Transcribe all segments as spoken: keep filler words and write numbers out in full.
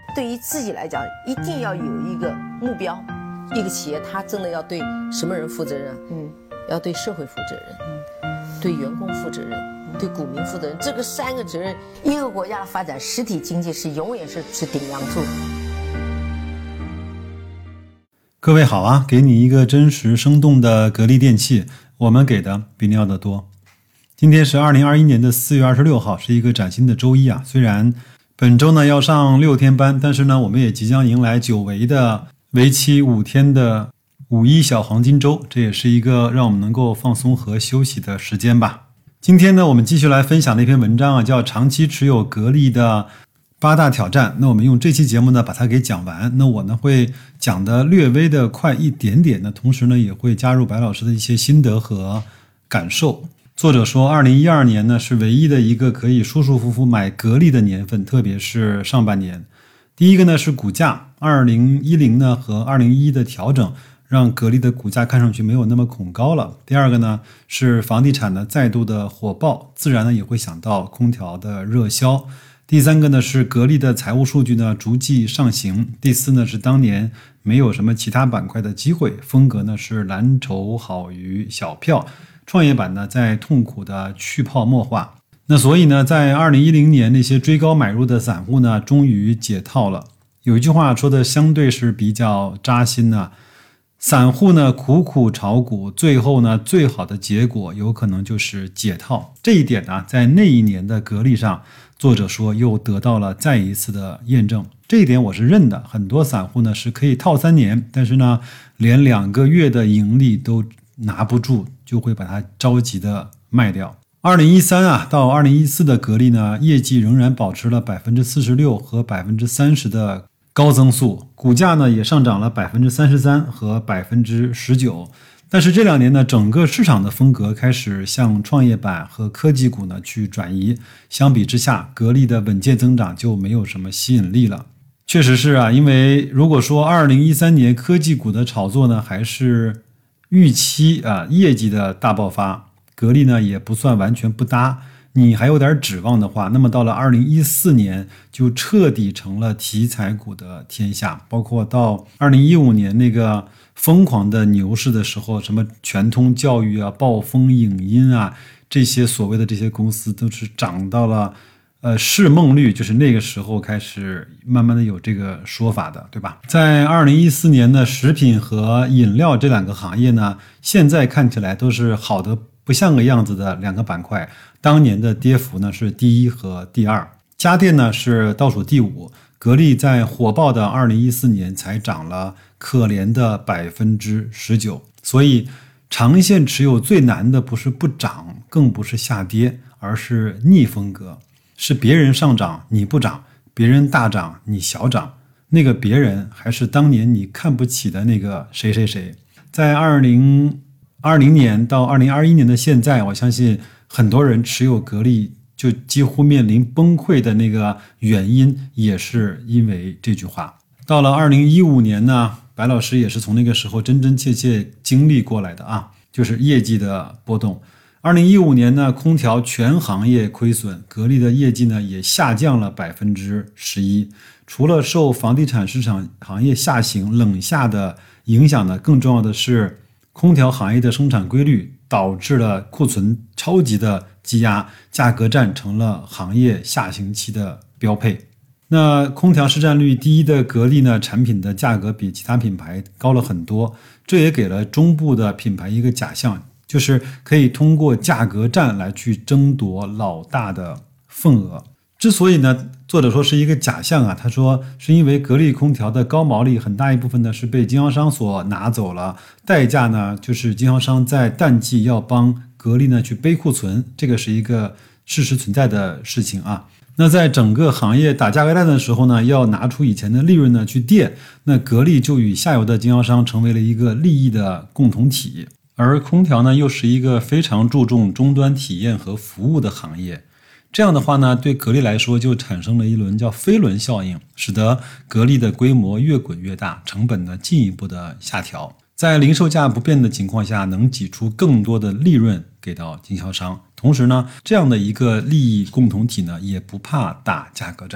对于自己来讲，一定要有一个目标。一个企业，它真的要对什么人负责任？嗯，要对社会负责任，嗯，对员工负责任，对股民负责任。这个三个责任，一个国家的发展，实体经济是永远是是顶梁柱。 各位好啊，给你一个真实生动的格力电器，我们给的比你要的多。今天是二零二一年的四月二十六号，是一个崭新的周一啊。虽然本周呢要上六天班，但是呢我们也即将迎来久违的为期五天的五一小黄金周，这也是一个让我们能够放松和休息的时间吧。今天呢我们继续来分享的一篇文章啊，叫长期持有格力的八大挑战。那我们用这期节目呢把它给讲完，那我呢会讲的略微的快一点点，那同时呢也会加入白老师的一些心得和感受。作者说二零一二年呢是唯一的一个可以舒舒服服买格力的年份，特别是上半年。第一个呢是股价，二零一零呢和二零一一的调整让格力的股价看上去没有那么恐高了。第二个呢是房地产呢再度的火爆，自然呢也会想到空调的热销。第三个呢是格力的财务数据呢逐季上行。第四呢是当年没有什么其他板块的机会，风格呢是蓝筹好于小票，创业板呢在痛苦的去泡沫化。那所以呢在二零一零年那些追高买入的散户呢终于解套了。有一句话说的相对是比较扎心呢，散户呢苦苦炒股，最后呢最好的结果有可能就是解套。这一点呢在那一年的格力上，作者说又得到了再一次的验证。这一点我是认的，很多散户呢是可以套三年，但是呢连两个月的盈利都拿不住，就会把它着急的卖掉。二零一三啊到二零一四的格力呢，业绩仍然保持了 百分之四十六 和 百分之三十 的高增速，股价呢也上涨了 百分之三十三 和 百分之十九。但是这两年呢，整个市场的风格开始向创业板和科技股呢去转移，相比之下，格力的稳健增长就没有什么吸引力了。确实是啊，因为如果说二零一三年科技股的炒作呢，还是预期啊业绩的大爆发，格力呢也不算完全不搭，你还有点指望的话，那么到了二零一四年就彻底成了题材股的天下。包括到二零一五年那个疯狂的牛市的时候，什么全通教育啊、暴风影音啊，这些所谓的这些公司都是涨到了呃市梦率，就是那个时候开始慢慢的有这个说法的，对吧？在二零一四年的食品和饮料这两个行业呢，现在看起来都是好的不像个样子的两个板块，当年的跌幅呢是第一和第二，家电呢是倒数第五。格力在火爆的二零一四年才涨了可怜的 百分之十九。 所以长线持有最难的不是不涨，更不是下跌，而是逆风格，是别人上涨你不涨，别人大涨你小涨，那个别人还是当年你看不起的那个谁谁谁。在二零二零年到二零二一年的现在，我相信很多人持有格力就几乎面临崩溃的那个原因，也是因为这句话。到了二零一五年呢，白老师也是从那个时候真真切切经历过来的啊，就是业绩的波动。二零一五年呢，空调全行业亏损，格力的业绩呢也下降了 百分之十一。除了受房地产市场行业下行冷下的影响呢，更重要的是空调行业的生产规律导致了库存超级的积压，价格战成了行业下行期的标配。那空调市占率第一的格力呢，产品的价格比其他品牌高了很多，这也给了中部的品牌一个假象，就是可以通过价格战来去争夺老大的份额。之所以呢，作者说是一个假象啊，他说是因为格力空调的高毛利很大一部分呢是被经销商所拿走了，代价呢就是经销商在淡季要帮格力呢去背库存，这个是一个事实存在的事情啊。那在整个行业打价格战的时候呢，要拿出以前的利润呢去垫，那格力就与下游的经销商成为了一个利益的共同体。而空调呢又是一个非常注重终端体验和服务的行业，这样的话呢，对格力来说就产生了一轮叫飞轮效应，使得格力的规模越滚越大，成本呢进一步的下调，在零售价不变的情况下，能挤出更多的利润给到经销商。同时呢，这样的一个利益共同体呢，也不怕打价格战。这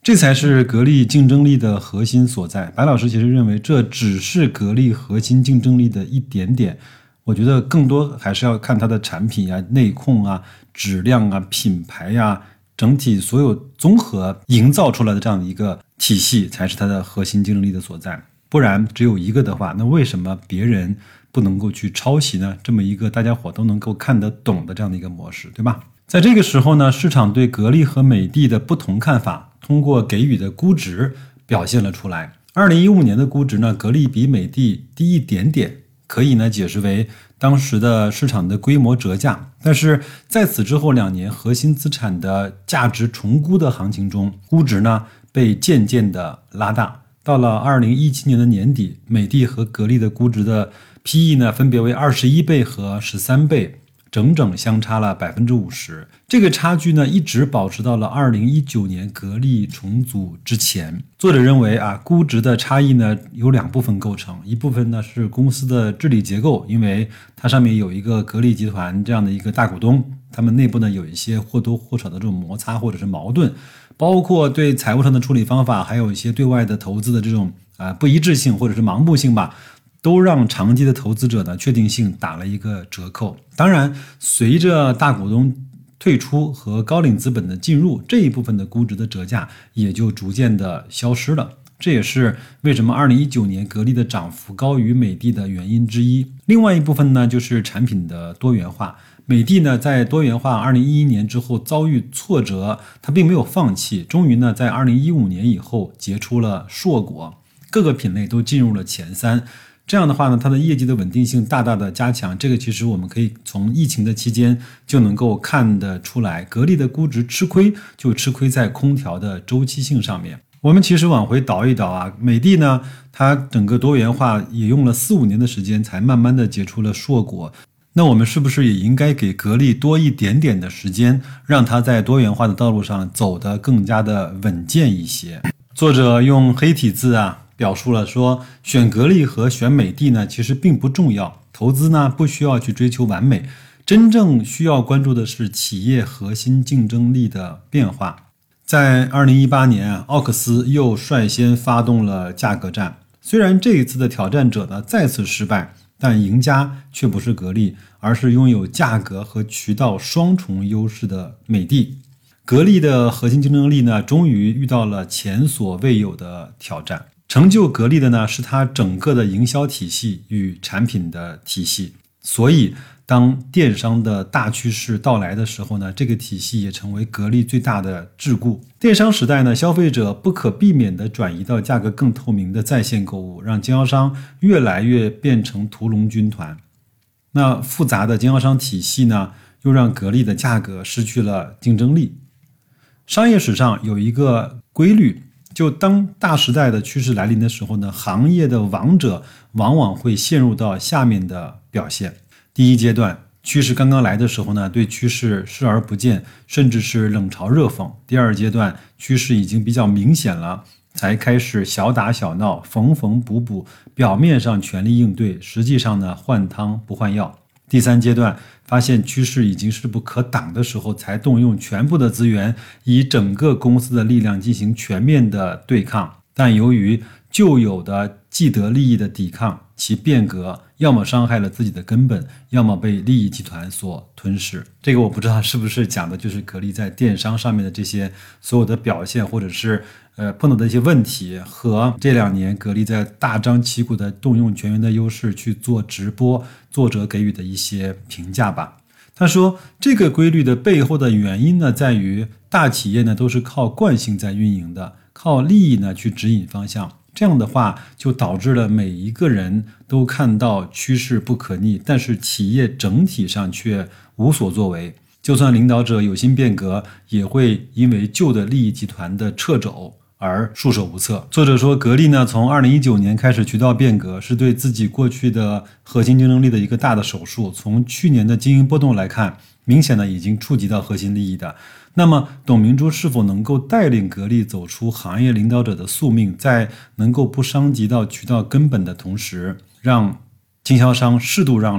这才是格力竞争力的核心所在。白老师其实认为这只是格力核心竞争力的一点点，我觉得更多还是要看它的产品啊、内控啊、质量啊、品牌啊，整体所有综合营造出来的这样的一个体系才是它的核心竞争力的所在。不然只有一个的话，那为什么别人不能够去抄袭呢？这么一个大家伙都能够看得懂的这样的一个模式，对吧？在这个时候呢，市场对格力和美的的不同看法通过给予的估值表现了出来。二零一五年的估值呢，格力比美的低一点点，可以呢解释为当时的市场的规模折价。但是在此之后两年核心资产的价值重估的行情中，估值呢被渐渐的拉大。到了二零一七年的年底，美的和格力的估值的 P E 呢分别为二十一倍和十三倍，整整相差了 百分之五十。 这个差距呢一直保持到了二零一九年格力重组之前。作者认为啊，估值的差异呢有两部分构成，一部分呢是公司的治理结构，因为它上面有一个格力集团这样的一个大股东，他们内部呢有一些或多或少的这种摩擦或者是矛盾，包括对财务上的处理方法，还有一些对外的投资的这种啊不一致性或者是盲目性吧，都让长期的投资者呢确定性打了一个折扣。当然随着大股东退出和高瓴资本的进入，这一部分的估值的折价也就逐渐的消失了。这也是为什么二零一九年格力的涨幅高于美的的原因之一。另外一部分呢就是产品的多元化。美的呢在多元化二零一一年之后遭遇挫折，它并没有放弃，终于呢在二零一五年以后结出了硕果，各个品类都进入了前三。这样的话呢，它的业绩的稳定性大大的加强。这个其实我们可以从疫情的期间就能够看得出来，格力的估值吃亏就吃亏在空调的周期性上面。我们其实往回倒一倒啊，美的呢它整个多元化也用了四五年的时间才慢慢的结出了硕果。那我们是不是也应该给格力多一点点的时间，让它在多元化的道路上走得更加的稳健一些？作者用黑体字啊表述了说，选格力和选美的呢其实并不重要，投资呢不需要去追求完美，真正需要关注的是企业核心竞争力的变化。在二零一八年啊，奥克斯又率先发动了价格战，虽然这一次的挑战者呢再次失败，但赢家却不是格力，而是拥有价格和渠道双重优势的美的。格力的核心竞争力呢终于遇到了前所未有的挑战。成就格力的呢是它整个的营销体系与产品的体系，所以当电商的大趋势到来的时候呢，这个体系也成为格力最大的桎梏。电商时代呢，消费者不可避免地转移到价格更透明的在线购物，让经销商越来越变成屠龙军团。那复杂的经销商体系呢，又让格力的价格失去了竞争力。商业史上有一个规律，就当大时代的趋势来临的时候呢，行业的王者往往会陷入到下面的表现。第一阶段，趋势刚刚来的时候呢，对趋势视而不见，甚至是冷嘲热讽。第二阶段，趋势已经比较明显了，才开始小打小闹，缝缝补补，表面上全力应对，实际上呢换汤不换药。第三阶段，发现趋势已经势不可挡的时候，才动用全部的资源，以整个公司的力量进行全面的对抗。但由于旧有的既得利益的抵抗，其变革要么伤害了自己的根本，要么被利益集团所吞噬。这个我不知道是不是讲的就是格力在电商上面的这些所有的表现，或者是呃碰到的一些问题，和这两年格力在大张旗鼓的动用全员的优势去做直播，作者给予的一些评价吧。他说这个规律的背后的原因呢，在于大企业呢都是靠惯性在运营的，靠利益呢去指引方向。这样的话就导致了每一个人都看到趋势不可逆，但是企业整体上却无所作为。就算领导者有心变革，也会因为旧的利益集团的掣肘而束手无策。作者说，格力呢从二零一九年开始渠道变革，是对自己过去的核心竞争力的一个大的手术。从去年的经营波动来看，明显呢已经触及到核心利益的。那么董明珠是否能够带领格力走出行业领导者的宿命，在能够不伤及到渠道根本的同时，让经销商适度让利，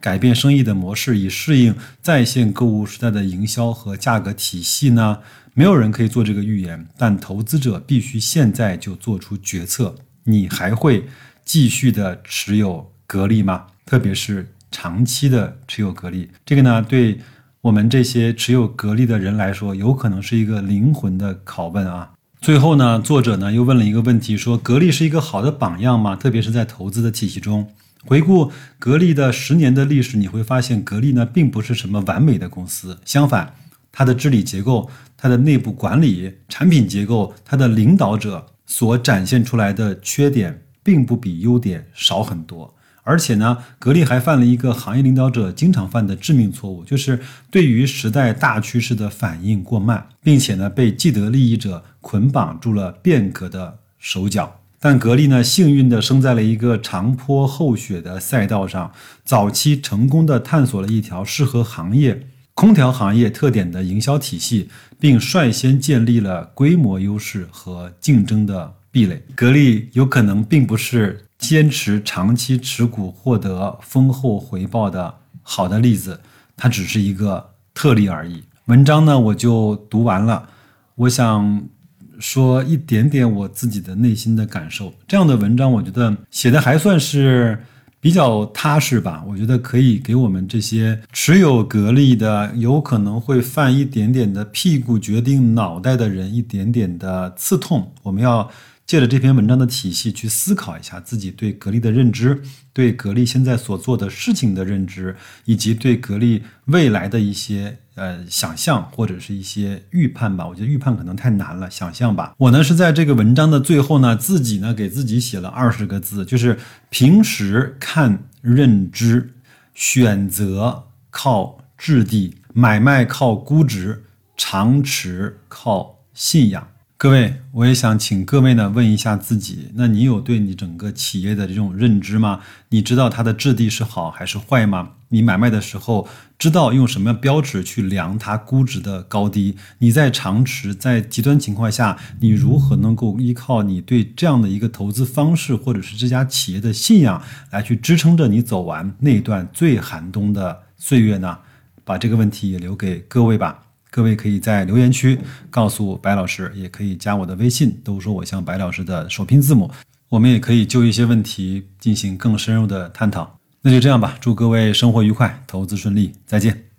改变生意的模式，以适应在线购物时代的营销和价格体系呢？没有人可以做这个预言，但投资者必须现在就做出决策。你还会继续的持有格力吗？特别是长期的持有格力，这个呢，对我们这些持有格力的人来说，有可能是一个灵魂的拷问啊。最后呢，作者呢又问了一个问题，说格力是一个好的榜样吗？特别是在投资的体系中，回顾格力的十年的历史，你会发现格力呢并不是什么完美的公司，相反，它的治理结构、它的内部管理、产品结构、它的领导者所展现出来的缺点，并不比优点少很多。而且呢，格力还犯了一个行业领导者经常犯的致命错误，就是对于时代大趋势的反应过慢，并且呢被既得利益者捆绑住了变革的手脚。但格力呢，幸运地生在了一个长坡厚雪的赛道上，早期成功地探索了一条适合行业空调行业特点的营销体系，并率先建立了规模优势和竞争的壁垒。格力有可能并不是坚持长期持股获得丰厚回报的好的例子，它只是一个特例而已。文章呢，我就读完了，我想说一点点我自己的内心的感受。这样的文章我觉得写的还算是比较踏实吧，我觉得可以给我们这些持有格力的有可能会犯一点点的屁股决定脑袋的人一点点的刺痛。我们要借着这篇文章的体系去思考一下自己对格力的认知，对格力现在所做的事情的认知，以及对格力未来的一些呃想象或者是一些预判吧。我觉得预判可能太难了，想象吧。我呢是在这个文章的最后呢，自己呢给自己写了二十个字，就是平时看认知，选择靠质地，买卖靠估值，长持靠信仰。各位，我也想请各位呢问一下自己，那你有对你整个企业的这种认知吗？你知道它的质地是好还是坏吗？你买卖的时候知道用什么标尺去量它估值的高低？你在长持，在极端情况下，你如何能够依靠你对这样的一个投资方式或者是这家企业的信仰来去支撑着你走完那段最寒冬的岁月呢？把这个问题也留给各位吧。各位可以在留言区告诉白老师，也可以加我的微信，都说我像白老师的首拼字母，我们也可以就一些问题进行更深入的探讨。那就这样吧，祝各位生活愉快，投资顺利，再见。